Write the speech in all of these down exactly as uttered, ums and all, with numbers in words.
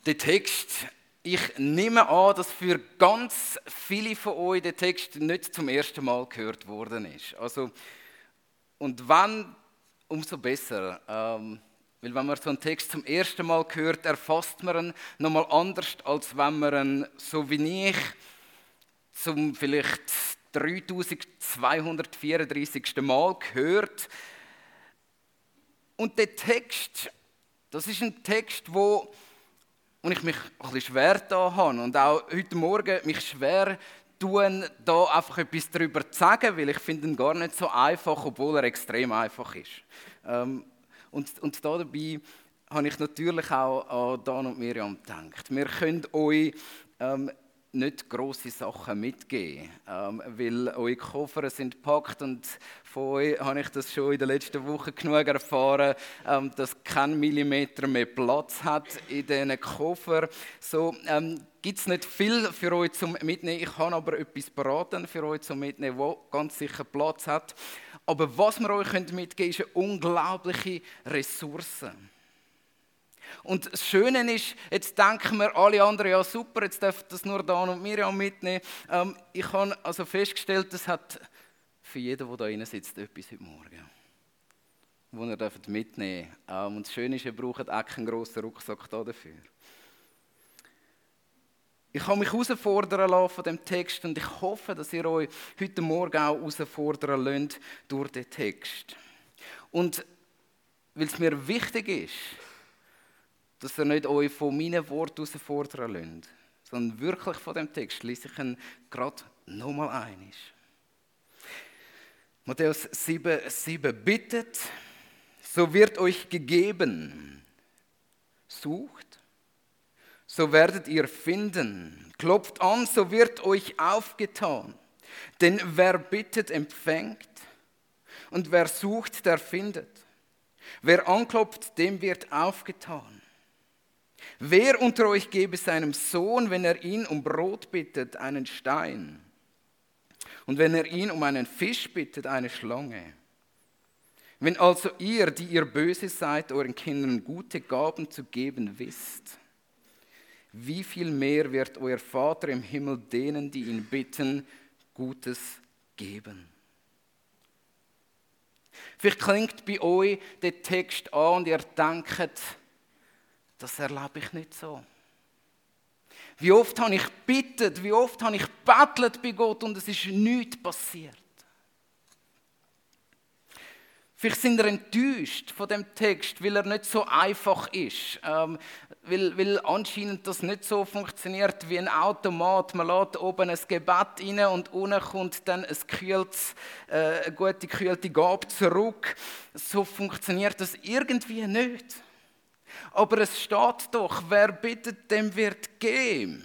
Der Text, ich nehme an, dass für ganz viele von euch der Text nicht zum ersten Mal gehört worden ist. Also, und wenn, umso besser. Ähm, weil wenn man so einen Text zum ersten Mal hört, erfasst man ihn nochmal anders, als wenn man ihn, so wie ich, zum vielleicht dreitausendzweihundertvierunddreißigsten Mal hört. Und der Text, das ist ein Text, wo, wo ich mich ein bisschen schwer da habe und auch heute Morgen mich schwer tun, da einfach etwas darüber zu sagen, weil ich finde ihn gar nicht so einfach, obwohl er extrem einfach ist. Ähm, und, und da dabei habe ich natürlich auch an Dan und Miriam gedacht. Wir können euch ähm, nicht grosse Sachen mitgeben, ähm, weil eure Koffer sind gepackt und von euch habe ich das schon in den letzten Wochen genug erfahren, ähm, dass kein Millimeter mehr Platz hat in diesen Koffer. So ähm, gibt es nicht viel für euch zum Mitnehmen. Ich habe aber etwas beraten für euch zum Mitnehmen, wo ganz sicher Platz hat. Aber was wir euch mitgeben können, ist eine unglaubliche Ressource. Und das Schöne ist, jetzt denken wir alle anderen, ja super, jetzt dürfen das nur Dan und Miriam mitnehmen. Ähm, ich habe also festgestellt, das hat für jeden, der da drin sitzt, etwas heute Morgen, das ihr mitnehmen dürft. Ähm, und das Schöne ist, ihr braucht auch keinen grossen Rucksack dafür. Ich habe mich herausfordern lassen von dem Text und ich hoffe, dass ihr euch heute Morgen auch herausfordern lasst durch den Text. Und weil es mir wichtig ist, dass ihr nicht euch von meinen Worten herausfordern lasst, sondern wirklich von dem Text lese ich ihn gerade nochmal einmal. Matthäus sieben, sieben. Bittet, so wird euch gegeben. Sucht, so werdet ihr finden. Klopft an, so wird euch aufgetan. Denn wer bittet, empfängt. Und wer sucht, der findet. Wer anklopft, dem wird aufgetan. Wer unter euch gebe seinem Sohn, wenn er ihn um Brot bittet, einen Stein? Und wenn er ihn um einen Fisch bittet, eine Schlange? Wenn also ihr, die ihr böse seid, euren Kindern gute Gaben zu geben wisst, wie viel mehr wird euer Vater im Himmel denen, die ihn bitten, Gutes geben? Vielleicht klingt bei euch der Text an und ihr denkt, das erlebe ich nicht so. Wie oft habe ich gebeten, wie oft habe ich gebettelt bei Gott und es ist nichts passiert. Vielleicht sind ihr enttäuscht von dem Text, weil er nicht so einfach ist. Ähm, weil, weil anscheinend das nicht so funktioniert wie ein Automat. Man lädt oben ein Gebet rein und unten kommt dann ein kühltes, äh, eine gute gekühlte Gabe zurück. So funktioniert das irgendwie nicht. Aber es steht doch, wer bittet, dem wird geben.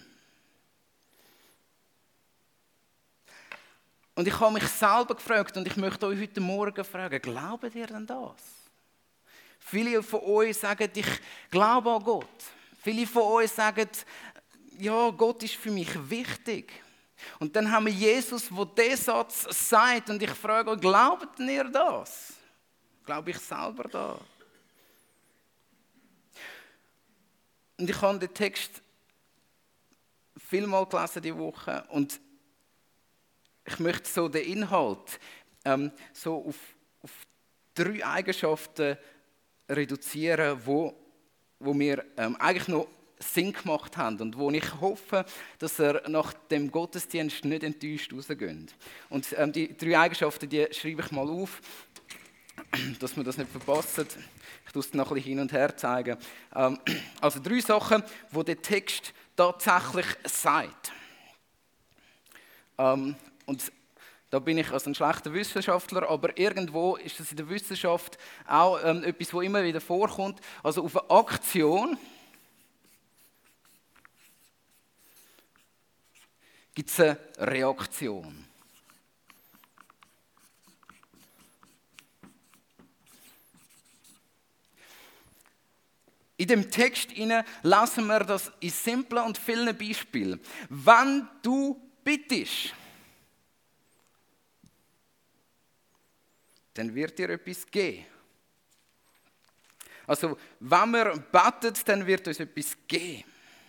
Und ich habe mich selber gefragt und ich möchte euch heute Morgen fragen, glaubt ihr denn das? Viele von euch sagen, ich glaube an Gott. Viele von euch sagen, ja, Gott ist für mich wichtig. Und dann haben wir Jesus, der diesen Satz sagt und ich frage euch, glaubt ihr das? Glaube ich selber das? Und ich habe den Text vielmal gelesen diese Woche und ich möchte so den Inhalt ähm, so auf, auf drei Eigenschaften reduzieren, wo, wo mir ähm, eigentlich noch Sinn gemacht haben und wo ich hoffe, dass er nach dem Gottesdienst nicht enttäuscht rausgeht. Und ähm, die drei Eigenschaften, die schreibe ich mal auf, dass wir das nicht verpassen. Ich tue es noch ein bisschen hin und her zeigen. Ähm, also drei Sachen, die der Text tatsächlich sagt. Ähm, und da bin ich also ein schlechter Wissenschaftler, aber irgendwo ist das in der Wissenschaft auch ähm, etwas, was immer wieder vorkommt. Also auf eine Aktion gibt es eine Reaktion. In dem Text lesen wir das in simplen und vielen Beispielen. Wenn du bittest, dann wird dir etwas geben. Also, wenn wir beten, dann wird uns etwas geben.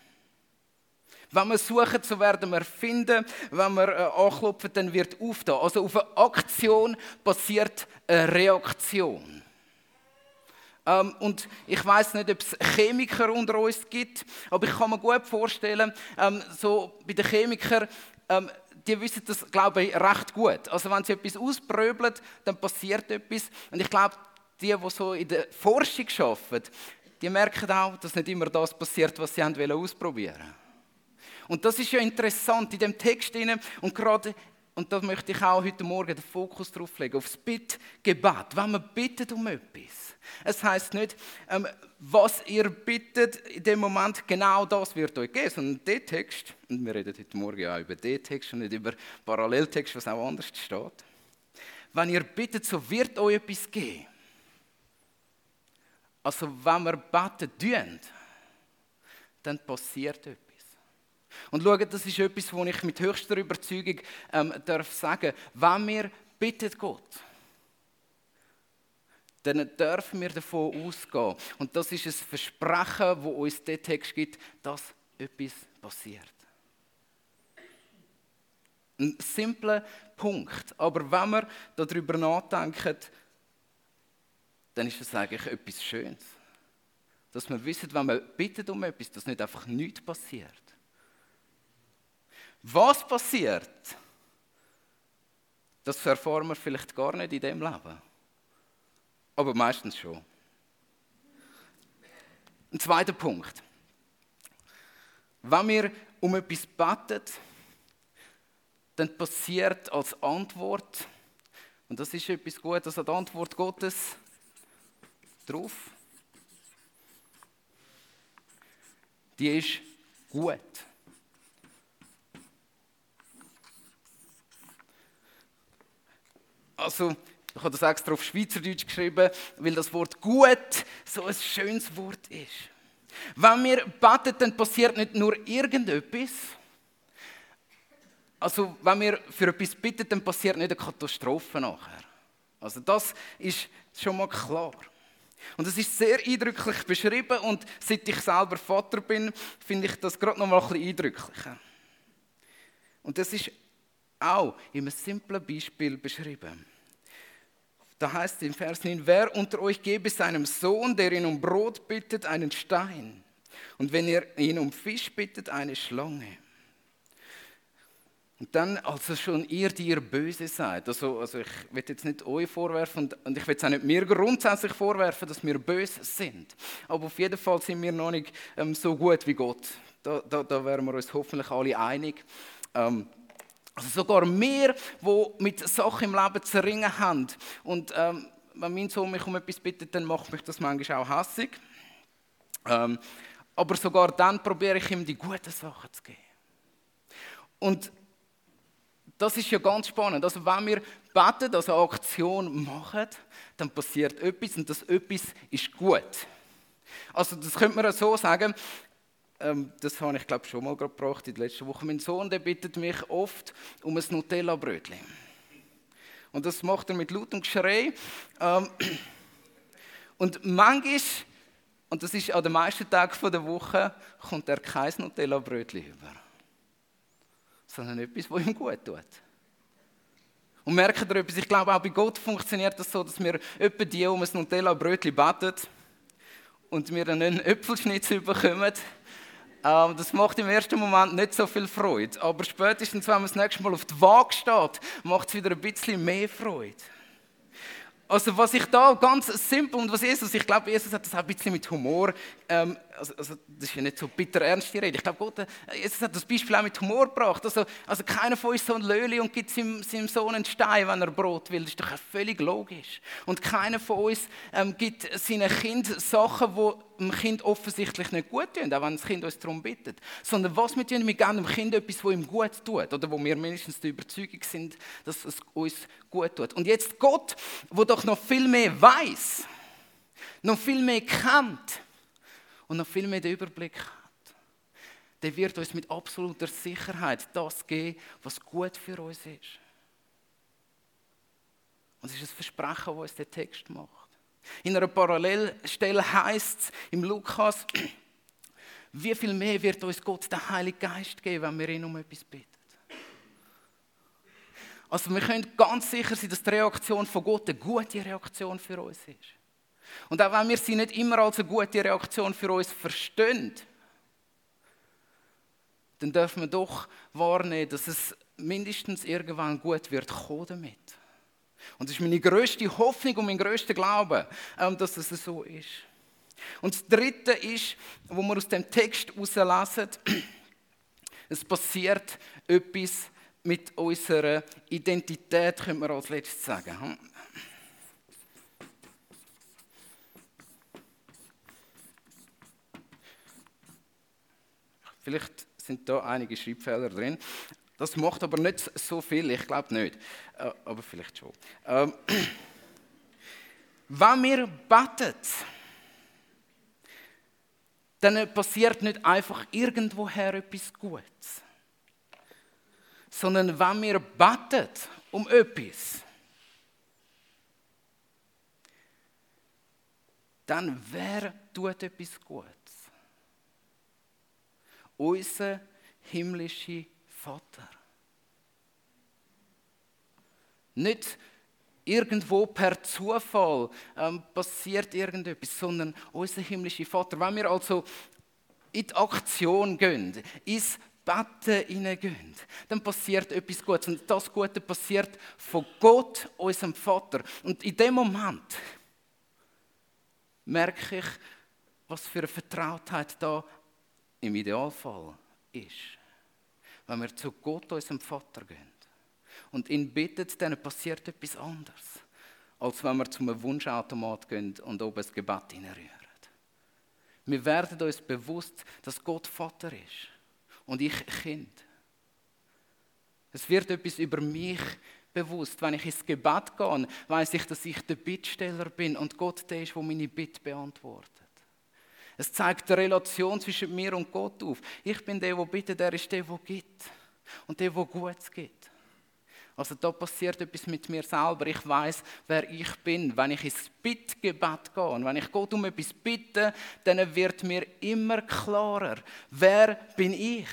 Wenn wir suchen, so werden wir finden. Wenn wir äh, anklopfen, dann wird aufgehen. Also auf eine Aktion basiert eine Reaktion. Ähm, und ich weiß nicht, ob es Chemiker unter uns gibt, aber ich kann mir gut vorstellen, ähm, so bei den Chemikern, ähm, die wissen das, glaube ich, recht gut. Also wenn sie etwas auspröbeln, dann passiert etwas. Und ich glaube, die, die so in der Forschung arbeiten, die merken auch, dass nicht immer das passiert, was sie haben ausprobieren wollten. Und das ist ja interessant in dem Text drin. Und gerade, und da möchte ich auch heute Morgen den Fokus drauf legen, aufs Bittgebet. Wenn wir bitten um etwas. Es heisst nicht, ähm, was ihr bittet, in dem Moment genau das wird euch geben, sondern der Text, und wir reden heute Morgen auch über den Text und nicht über Paralleltext, was auch anders steht. Wenn ihr bittet, so wird euch etwas geben. Also wenn wir beten tun, dann passiert etwas. Und schaut, das ist etwas, wo ich mit höchster Überzeugung ähm, darf sagen, wenn wir bitten Gott, dann dürfen wir davon ausgehen. Und das ist ein Versprechen, das uns der Text gibt, dass etwas passiert. Ein simpler Punkt. Aber wenn wir darüber nachdenken, dann ist das eigentlich etwas Schönes. Dass wir wissen, wenn wir bitten um etwas, dass nicht einfach nichts passiert. Was passiert, das erfahren wir vielleicht gar nicht in diesem Leben. Aber meistens schon. Ein zweiter Punkt. Wenn wir um etwas beten, dann passiert als Antwort, und das ist etwas Gutes, als Antwort Gottes drauf, die ist gut. Also, ich habe das extra auf Schweizerdeutsch geschrieben, weil das Wort gut so ein schönes Wort ist. Wenn wir beten, dann passiert nicht nur irgendetwas. Also, wenn wir für etwas bitten, dann passiert nicht eine Katastrophe nachher. Also, das ist schon mal klar. Und es ist sehr eindrücklich beschrieben und seit ich selber Vater bin, finde ich das gerade noch mal ein bisschen eindrücklicher. Und das ist auch in einem simplen Beispiel beschrieben. Da heißt es im Vers neun, wer unter euch gebe seinem Sohn, der ihn um Brot bittet, einen Stein? Und wenn ihr ihn um Fisch bittet, eine Schlange? Und dann, also schon ihr, die ihr böse seid, also, also ich will jetzt nicht euch vorwerfen und, und ich will es auch nicht mir grundsätzlich vorwerfen, dass wir böse sind. Aber auf jeden Fall sind wir noch nicht ähm, so gut wie Gott. Da, da, da wären wir uns hoffentlich alle einig. Ähm, also sogar wir, die mit Sachen im Leben zu ringen haben. Und ähm, wenn mein Sohn mich um etwas bittet, dann macht mich das manchmal auch hässig. Ähm, aber sogar dann probiere ich ihm die guten Sachen zu geben. Und das ist ja ganz spannend. Also wenn wir beten, also eine Aktion machen, dann passiert etwas und das etwas ist gut. Also das könnte man so sagen, ähm, das habe ich glaube schon mal gebracht in der letzten Woche. Mein Sohn, der bittet mich oft um ein Nutella-Brötchen. Und das macht er mit lautem Geschrei. Ähm, und manchmal, und das ist an den meisten Tagen der Woche, kommt er kein Nutella-Brötchen über. Sondern etwas, was ihm gut tut. Und merkt ihr etwas? Ich glaube, auch bei Gott funktioniert das so, dass wir etwa die um ein Nutella-Brötchen beten und wir dann einen Äpfelschnitzel bekommen. Ähm, das macht im ersten Moment nicht so viel Freude. Aber spätestens, wenn man das nächste Mal auf die Waage steht, macht es wieder ein bisschen mehr Freude. Also was ich da ganz simpel und was Jesus, ich glaube, Jesus hat das auch ein bisschen mit Humor, ähm, also, also das ist ja nicht so bitter ernst die Rede. Ich glaube, Gott, Jesus hat das Beispiel auch mit Humor gebracht. Also, also keiner von uns so ein Löli und gibt seinem, seinem Sohn einen Stein, wenn er Brot will. Das ist doch völlig logisch. Und keiner von uns ähm, gibt seinem Kind Sachen, die dem Kind offensichtlich nicht gut tun, auch wenn das Kind uns darum bittet. Sondern was wir tun, wir geben dem Kind etwas, das ihm gut tut. Oder wo wir mindestens der Überzeugung sind, dass es uns gut tut. Und jetzt Gott, der doch noch viel mehr weiß, noch viel mehr kennt und noch viel mehr den Überblick hat, der wird uns mit absoluter Sicherheit das geben, was gut für uns ist. Und es ist ein Versprechen, das uns der Text macht. In einer Parallelstelle heißt es im Lukas, wie viel mehr wird uns Gott den Heiligen Geist geben, wenn wir ihn um etwas bitten. Also wir können ganz sicher sein, dass die Reaktion von Gott eine gute Reaktion für uns ist. Und auch wenn wir sie nicht immer als eine gute Reaktion für uns verstehen, dann dürfen wir doch wahrnehmen, dass es mindestens irgendwann gut wird kommen damit. Und das ist meine grösste Hoffnung und mein grösster Glaube, dass es so ist. Und das Dritte ist, wo wir aus dem Text herauslesen, es passiert etwas mit unserer Identität, könnte man als letztes sagen. Vielleicht sind da einige Schreibfehler drin. Das macht aber nicht so viel, ich glaube nicht. Äh, aber vielleicht schon. Ähm, wenn wir beten, dann passiert nicht einfach irgendwoher etwas Gutes. Sondern wenn wir beten um etwas, dann wer tut etwas Gutes? Unser himmlischer Vater. Nicht irgendwo per Zufall ähm, passiert irgendetwas, sondern unser himmlischer Vater. Wenn wir also in die Aktion gehen, ins Betten hineingehen, dann passiert etwas Gutes. Und das Gute passiert von Gott, unserem Vater. Und in dem Moment merke ich, was für eine Vertrautheit da im Idealfall ist. Wenn wir zu Gott, unserem Vater, gehen und ihn bitten, dann passiert etwas anderes, als wenn wir zum Wunschautomat gehen und oben ein Gebet hineinrühren. Wir werden uns bewusst, dass Gott Vater ist und ich Kind. Es wird etwas über mich bewusst. Wenn ich ins Gebet gehe, weiss ich, dass ich der Bittsteller bin und Gott der ist, der meine Bitte beantwortet. Es zeigt die Relation zwischen mir und Gott auf. Ich bin der, der bittet, er ist der, der gibt. Und der, der Gutes gibt. Also da passiert etwas mit mir selber. Ich weiss, wer ich bin. Wenn ich ins Bittgebet gehe und wenn ich Gott um etwas bitte, dann wird mir immer klarer, wer bin ich?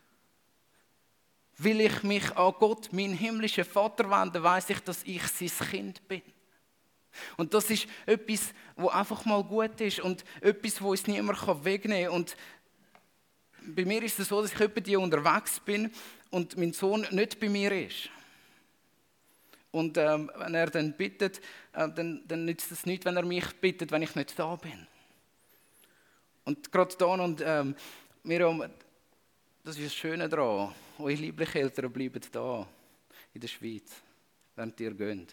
Will ich mich an Gott, meinen himmlischen Vater, wenden, weiss ich, dass ich sein Kind bin. Und das ist etwas, was einfach mal gut ist und etwas, wo uns niemand wegnehmen kann. Und bei mir ist es so, dass ich etwa die unterwegs bin und mein Sohn nicht bei mir ist. Und ähm, wenn er dann bittet, äh, dann, dann nützt es nichts, wenn er mich bittet, wenn ich nicht da bin. Und gerade da und ähm, Miriam, das ist das Schöne daran. Eure lieblichen Eltern bleiben da in der Schweiz, während ihr geht.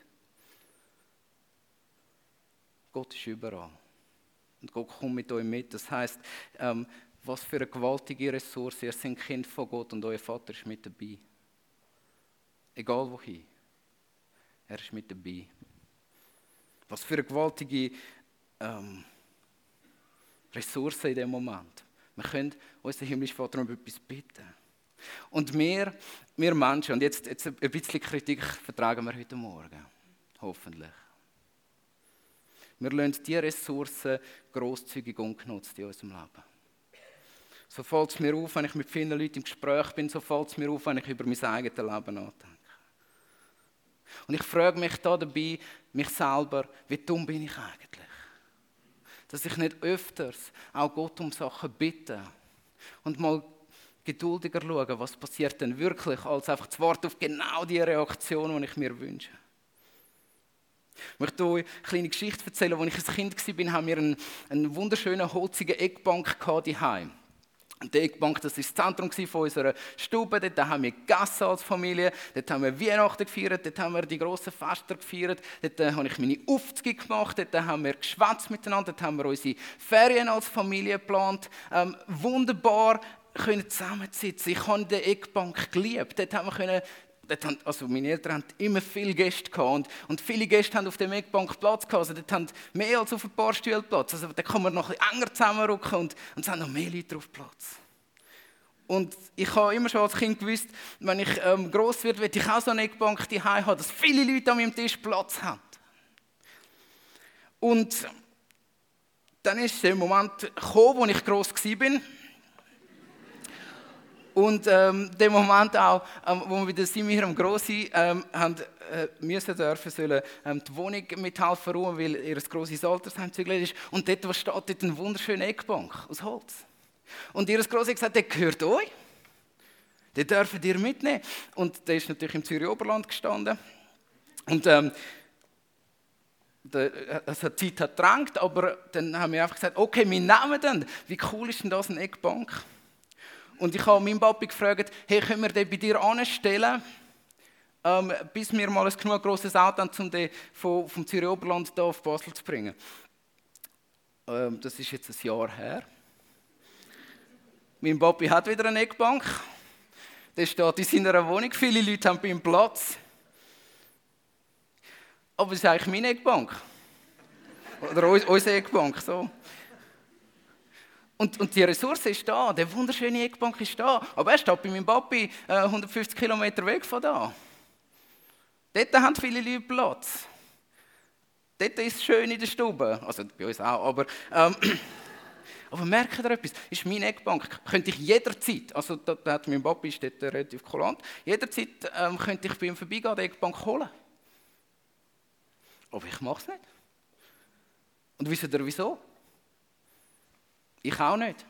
Gott ist überall. Und Gott kommt mit euch mit. Das heisst, ähm, was für eine gewaltige Ressource. Ihr seid Kind von Gott und euer Vater ist mit dabei. Egal wohin. Er ist mit dabei. Was für eine gewaltige ähm, Ressource in dem Moment. Wir können unseren himmlischen Vater um etwas bitten. Und wir, wir Menschen, und jetzt, jetzt ein bisschen Kritik vertragen wir heute Morgen. Hoffentlich. Wir lassen diese Ressourcen grosszügig ungenutzt in unserem Leben. So fällt es mir auf, wenn ich mit vielen Leuten im Gespräch bin, so fällt es mir auf, wenn ich über mein eigenes Leben nachdenke. Und ich frage mich da dabei, mich selber, wie dumm bin ich eigentlich? Dass ich nicht öfters auch Gott um Sachen bitte und mal geduldiger schaue, was passiert denn wirklich, als einfach zu warten auf genau die Reaktion, die ich mir wünsche. Ich möchte euch eine kleine Geschichte erzählen. Als ich ein Kind war, haben wir einen, einen wunderschönen, holzigen Eckbank daheim. Die Eckbank, das war das Zentrum von unserer Stube. Dort haben wir gegessen als Familie. Dort haben wir Weihnachten gefeiert. Dort haben wir die grossen Feste gefeiert. Dort habe ich meine Aufzüge gemacht. Dort haben wir geschwätzt miteinander. Dort haben wir unsere Ferien als Familie geplant. Ähm, wunderbar können zusammensitzen. Ich habe die Eckbank geliebt. Dort haben wir können Dort haben, also meine Eltern hatten immer viele Gäste gehabt und, und viele Gäste haben auf der Eckbank Platz gehabt. Also dort haben mehr als auf ein paar Stühle Platz. Also da kann man noch ein bisschen enger zusammenrücken und, und es haben noch mehr Leute auf Platz. Und ich habe immer schon als Kind gewusst, wenn ich ähm, gross werde, werde ich auch so eine Eckbank daheim haben, dass viele Leute an meinem Tisch Platz haben. Und dann ist der Moment gekommen, wo ich gross war. Und ähm, der Moment auch, ähm, wo wir wieder sind, wir am Grossi ähm, haben äh, müssen dürfen, sollen ähm, die Wohnung mithelfen räumen, weil ihr grosses Altersheim zügelt ist. Und dort was steht dort eine wunderschöne Eckbank aus Holz. Und ihr Grossi hat gesagt, der gehört euch. Den dürfen ihr mitnehmen. Und der ist natürlich im Zürich Oberland gestanden. Und ähm, also die Zeit hat gedrängt, aber dann haben wir einfach gesagt, okay, wir nehmen den. Wie cool ist denn das, eine Eckbank? Und ich habe meinen Papi gefragt, hey, können wir den bei dir anstellen, ähm, bis wir mal ein genug grosses Auto haben, um den vom, vom Zürich Oberland hier auf Basel zu bringen. Ähm, das ist jetzt ein Jahr her. Mein Papi hat wieder eine Eckbank. Der steht in seiner Wohnung. Viele Leute haben bei ihm Platz. Aber es ist eigentlich meine Eckbank. Oder unsere Eckbank. So. Und, und die Ressource ist da, die wunderschöne Eckbank ist da. Aber er steht bei meinem Papi äh, hundertfünfzig Kilometer weg von da. Dort haben viele Leute Platz. Dort ist es schön in der Stube. Also bei uns auch. Aber, ähm, aber merkt ihr etwas? Ist meine Eckbank. Könnte ich jederzeit, also da, da hat mein Papi ist dort relativ kulant, jederzeit ähm, könnte ich bei ihm vorbeigehen, die Eckbank holen. Aber ich mache es nicht. Und wisst ihr wieso? Ich auch nicht.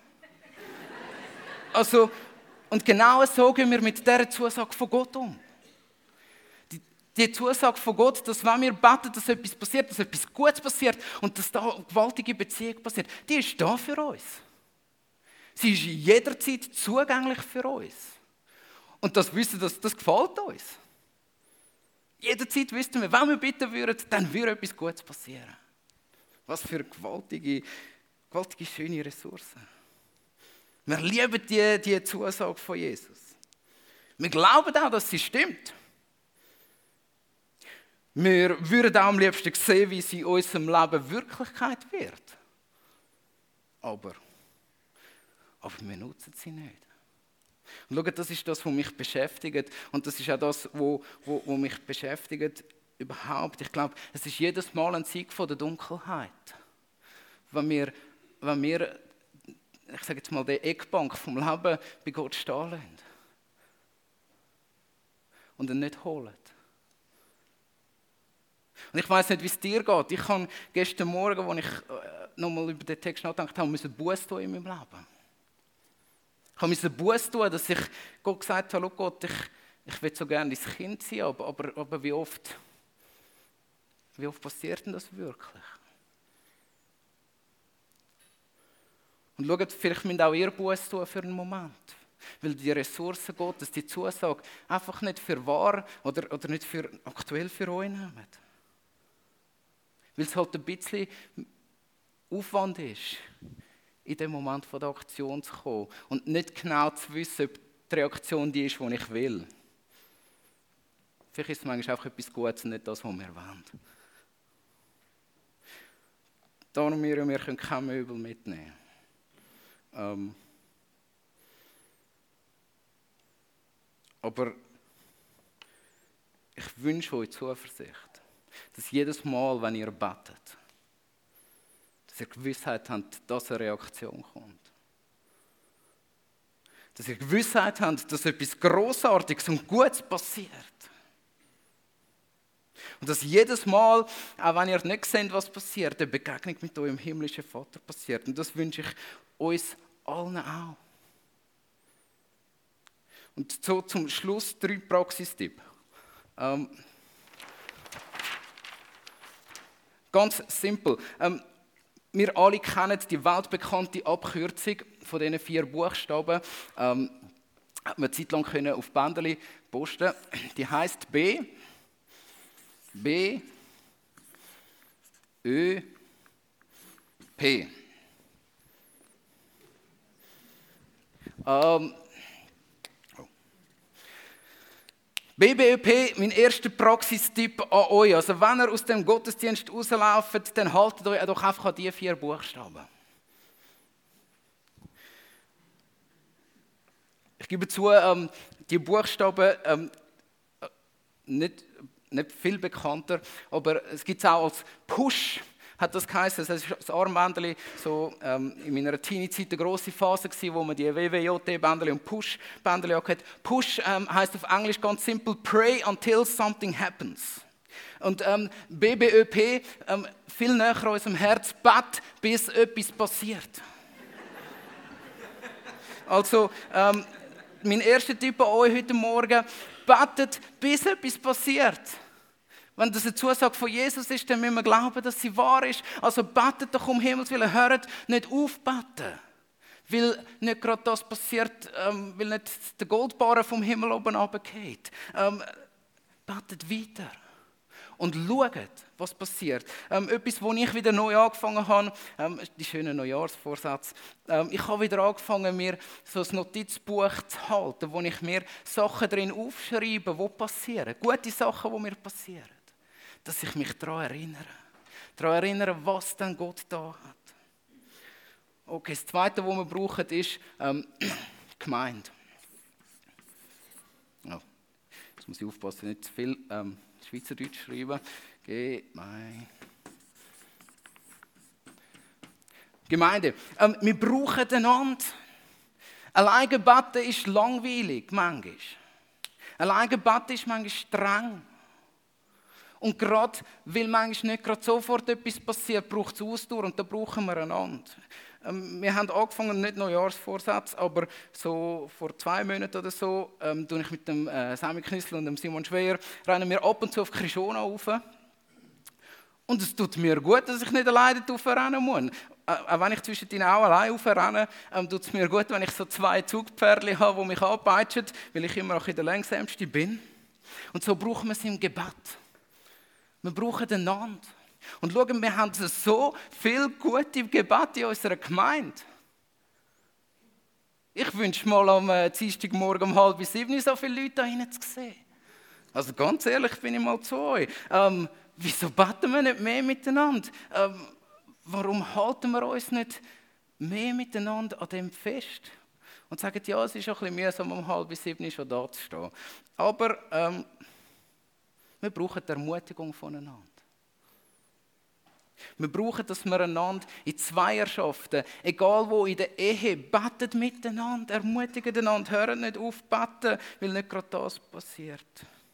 Also, und genau so gehen wir mit dieser Zusage von Gott um. Die, die Zusage von Gott, dass wenn wir beten, dass etwas passiert, dass etwas Gutes passiert und dass da eine gewaltige Beziehung passiert, die ist da für uns. Sie ist jederzeit zugänglich für uns. Und das Wissen, das, das gefällt uns. Jederzeit wissen wir, wenn wir bitten würden, dann würde etwas Gutes passieren. Was für eine gewaltige Gewaltige, schöne Ressourcen. Wir lieben die, die Zusage von Jesus. Wir glauben auch, dass sie stimmt. Wir würden auch am liebsten sehen, wie sie in unserem Leben Wirklichkeit wird. Aber, aber wir nutzen sie nicht. Und schaut, das ist das, was mich beschäftigt. Und das ist auch das, was, was, was mich beschäftigt überhaupt. Ich glaube, es ist jedes Mal ein Sieg von der Dunkelheit. Wenn wir wenn wir, ich sage jetzt mal, die Eckbank vom Leben bei Gott stehen lassen und ihn nicht holen. Und ich weiss nicht, wie es dir geht. Ich habe gestern Morgen, als ich nochmal über den Text nachgedacht habe, musste Buße tun in meinem Leben. Ich musste Buße tun, dass ich Gott gesagt habe, Gott, ich, ich will so gerne dein Kind sein, aber, aber, aber wie oft, wie oft passiert denn das wirklich? Und schaut, vielleicht müsst auch ihr Buße tun für einen Moment. Weil die Ressourcen Gottes, die Zusage, einfach nicht für wahr oder, oder nicht für aktuell für euch nehmen. Weil es halt ein bisschen Aufwand ist, in dem Moment von der Aktion zu kommen und nicht genau zu wissen, ob die Reaktion die ist, die ich will. Vielleicht ist es manchmal einfach etwas Gutes und nicht das, was wir wollen. Darum wir, wir können kein Möbel mitnehmen. Ähm, aber ich wünsche euch Zuversicht, dass jedes Mal, wenn ihr betet, dass ihr Gewissheit habt, dass eine Reaktion kommt. Dass ihr Gewissheit habt, dass etwas Grossartiges und Gutes passiert. Und dass jedes Mal, auch wenn ihr nicht seht, was passiert, eine Begegnung mit eurem himmlischen Vater passiert. Und das wünsche ich uns allen auch. Und so zum Schluss drei Praxistipps. Ähm, ganz simpel. Ähm, wir alle kennen die weltbekannte Abkürzung von diesen vier Buchstaben. Ähm, hat man eine Zeit lang können auf Bändeli posten. Die heisst B, B, Ö, P. Ähm, oh. B B Ö P, mein erster Praxistipp an euch. Also wenn ihr aus dem Gottesdienst rauslauft, dann haltet euch doch einfach an diese vier Buchstaben. Ich gebe zu, ähm, die Buchstaben ähm, nicht, nicht viel bekannter, aber es gibt es auch als Push, hat das geheißen. Das ist das Armbändchen, so ähm, in meiner Teenie-Zeit eine grosse Phase gewesen, wo man die W W J T-Bändchen und Push-Bändchen hatte. Push ähm, heisst auf Englisch ganz simpel, pray until something happens. Und ähm, B B Ö P, ähm, viel näher an unserem Herz, bet, bis etwas passiert. Also, ähm, mein erster Tipp an euch heute Morgen, betet, bis etwas passiert. Wenn das eine Zusage von Jesus ist, dann müssen wir glauben, dass sie wahr ist. Also betet doch um Himmels Willen, hört nicht auf beten. Weil nicht gerade das passiert, ähm, weil nicht der Goldbarren vom Himmel oben runterfällt. Ähm, betet weiter. Und schaut, was passiert. Ähm, etwas, wo ich wieder neu angefangen habe, ähm, die schönen Neujahrsvorsätze. Ähm, ich habe wieder angefangen, mir so ein Notizbuch zu halten, wo ich mir Sachen drin aufschreibe, die passieren. Gute Sachen, die mir passieren. Dass ich mich daran erinnere. Daran erinnere, was dann Gott da hat. Okay, das Zweite, was wir brauchen, ist ähm, Gemeinde. Oh, jetzt muss ich aufpassen, nicht zu viel ähm, Schweizerdeutsch schreiben. Gemeinde. Gemeinde. Ähm, wir brauchen einander. Alleine beten ist langweilig, manchmal. Alleine beten ist manchmal streng. Und gerade, weil manchmal nicht gerade sofort etwas passiert, braucht es Ausdauer und da brauchen wir einander. Ähm, wir haben angefangen, nicht Neujahrsvorsätze, aber so vor zwei Monaten oder so, ähm, tue ich mit dem äh, Sammy Knüssel und dem Simon Schweyer, rennen wir ab und zu auf Krishona rauf. Und es tut mir gut, dass ich nicht alleine raufrennen muss. Äh, auch wenn ich zwischen ihnen auch allein raufrenne, ähm, tut es mir gut, wenn ich so zwei Zugpferdchen habe, die mich anpeitschen, weil ich immer auch in der Längsamste bin. Und so brauchen wir es im Gebet. Wir brauchen einander. Und schauen, wir haben so viel gute Gebete in unserer Gemeinde. Ich wünsche mal am äh, Dienstagmorgen um halb sieben so viele Leute da hinten zu sehen. Also ganz ehrlich bin ich mal zu euch. Ähm, wieso beten wir nicht mehr miteinander? Ähm, warum halten wir uns nicht mehr miteinander an dem fest? Und sagen, ja, es ist ein bisschen mühsam, um halb sieben schon da zu stehen. Aber ähm, wir brauchen die Ermutigung voneinander. Wir brauchen, dass wir einander in Zweierschaften, egal wo in der Ehe, beten miteinander, ermutigen einander, hören nicht auf beten, weil nicht gerade das passiert.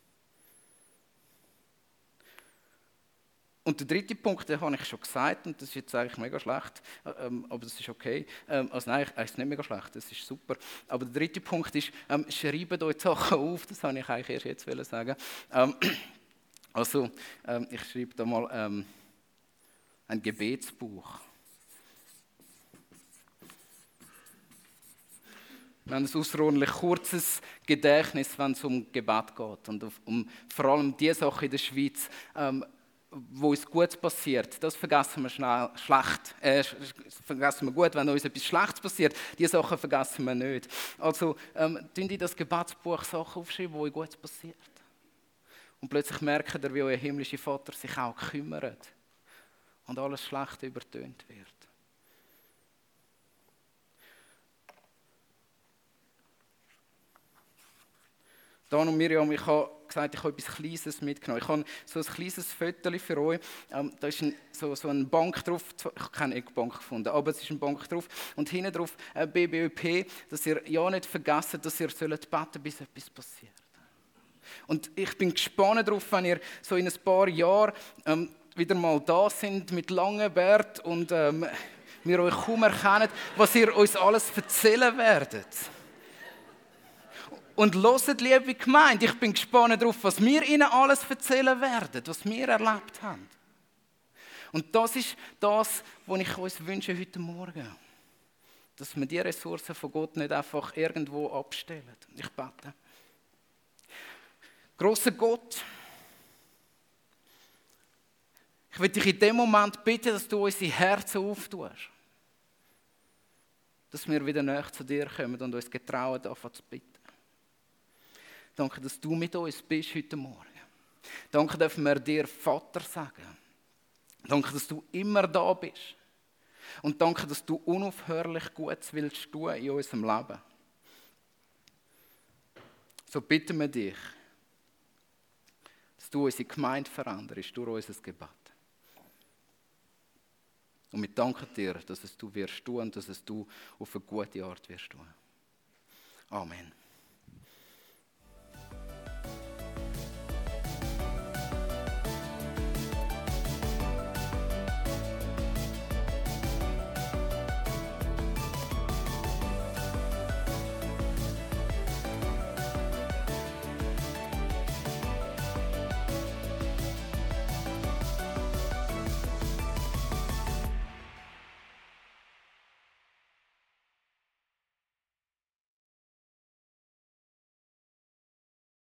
Und der dritte Punkt, den habe ich schon gesagt, und das ist jetzt eigentlich mega schlecht, ähm, aber das ist okay. Ähm, also nein, es ist nicht mega schlecht, das ist super. Aber der dritte Punkt ist, ähm, schreibt euch die Sachen auf, das wollte ich eigentlich erst jetzt sagen. Ähm, also, ähm, ich schreibe da mal ähm, ein Gebetsbuch. Wir haben ein außerordentlich kurzes Gedächtnis, wenn es um Gebet geht und um vor allem die Sachen in der Schweiz, ähm, wo uns gut passiert, das vergessen wir schnell schlecht. Äh, vergessen wir gut, wenn uns etwas Schlechtes passiert. Diese Sachen vergessen wir nicht. Also, ähm, tun in das Gebetsbuch Sachen aufschreiben, wo euch gut passiert. Und plötzlich merkt ihr, wie euer himmlischer Vater sich auch kümmert und alles Schlechte übertönt wird. Dan und Miriam, ich habe gesagt, ich habe etwas Kleines mitgenommen. Ich habe so ein kleines Foto für euch. Ähm, da ist ein, so, so eine Bank drauf. Ich habe keine Eckbank gefunden, aber es ist eine Bank drauf. Und hinten drauf äh, B B Ö P, dass ihr ja nicht vergessen, dass ihr sollt beten, bis etwas passiert. Und ich bin gespannt darauf, wenn ihr so in ein paar Jahren ähm, wieder mal da sind mit langen Bart und ähm, wir euch kaum erkennen, was ihr uns alles erzählen werdet. Und hört, liebe Gemeinde, ich bin gespannt darauf, was wir ihnen alles erzählen werden, was wir erlebt haben. Und das ist das, was ich uns wünsche heute Morgen. Dass wir die Ressourcen von Gott nicht einfach irgendwo abstellen. Ich bete. Grosser Gott, ich will dich in dem Moment bitten, dass du unsere Herzen auftust. Dass wir wieder näher zu dir kommen und uns getrauen, davon zu bitten. Danke, dass du mit uns bist heute Morgen. Danke, dürfen wir dir Vater sagen. Danke, dass du immer da bist. Und danke, dass du unaufhörlich Gutes willst tun in unserem Leben. So bitten wir dich, dass du unsere Gemeinde veränderst durch unser Gebet. Und wir danken dir, dass es du wirst tun und dass es du auf eine gute Art wirst tun. Amen.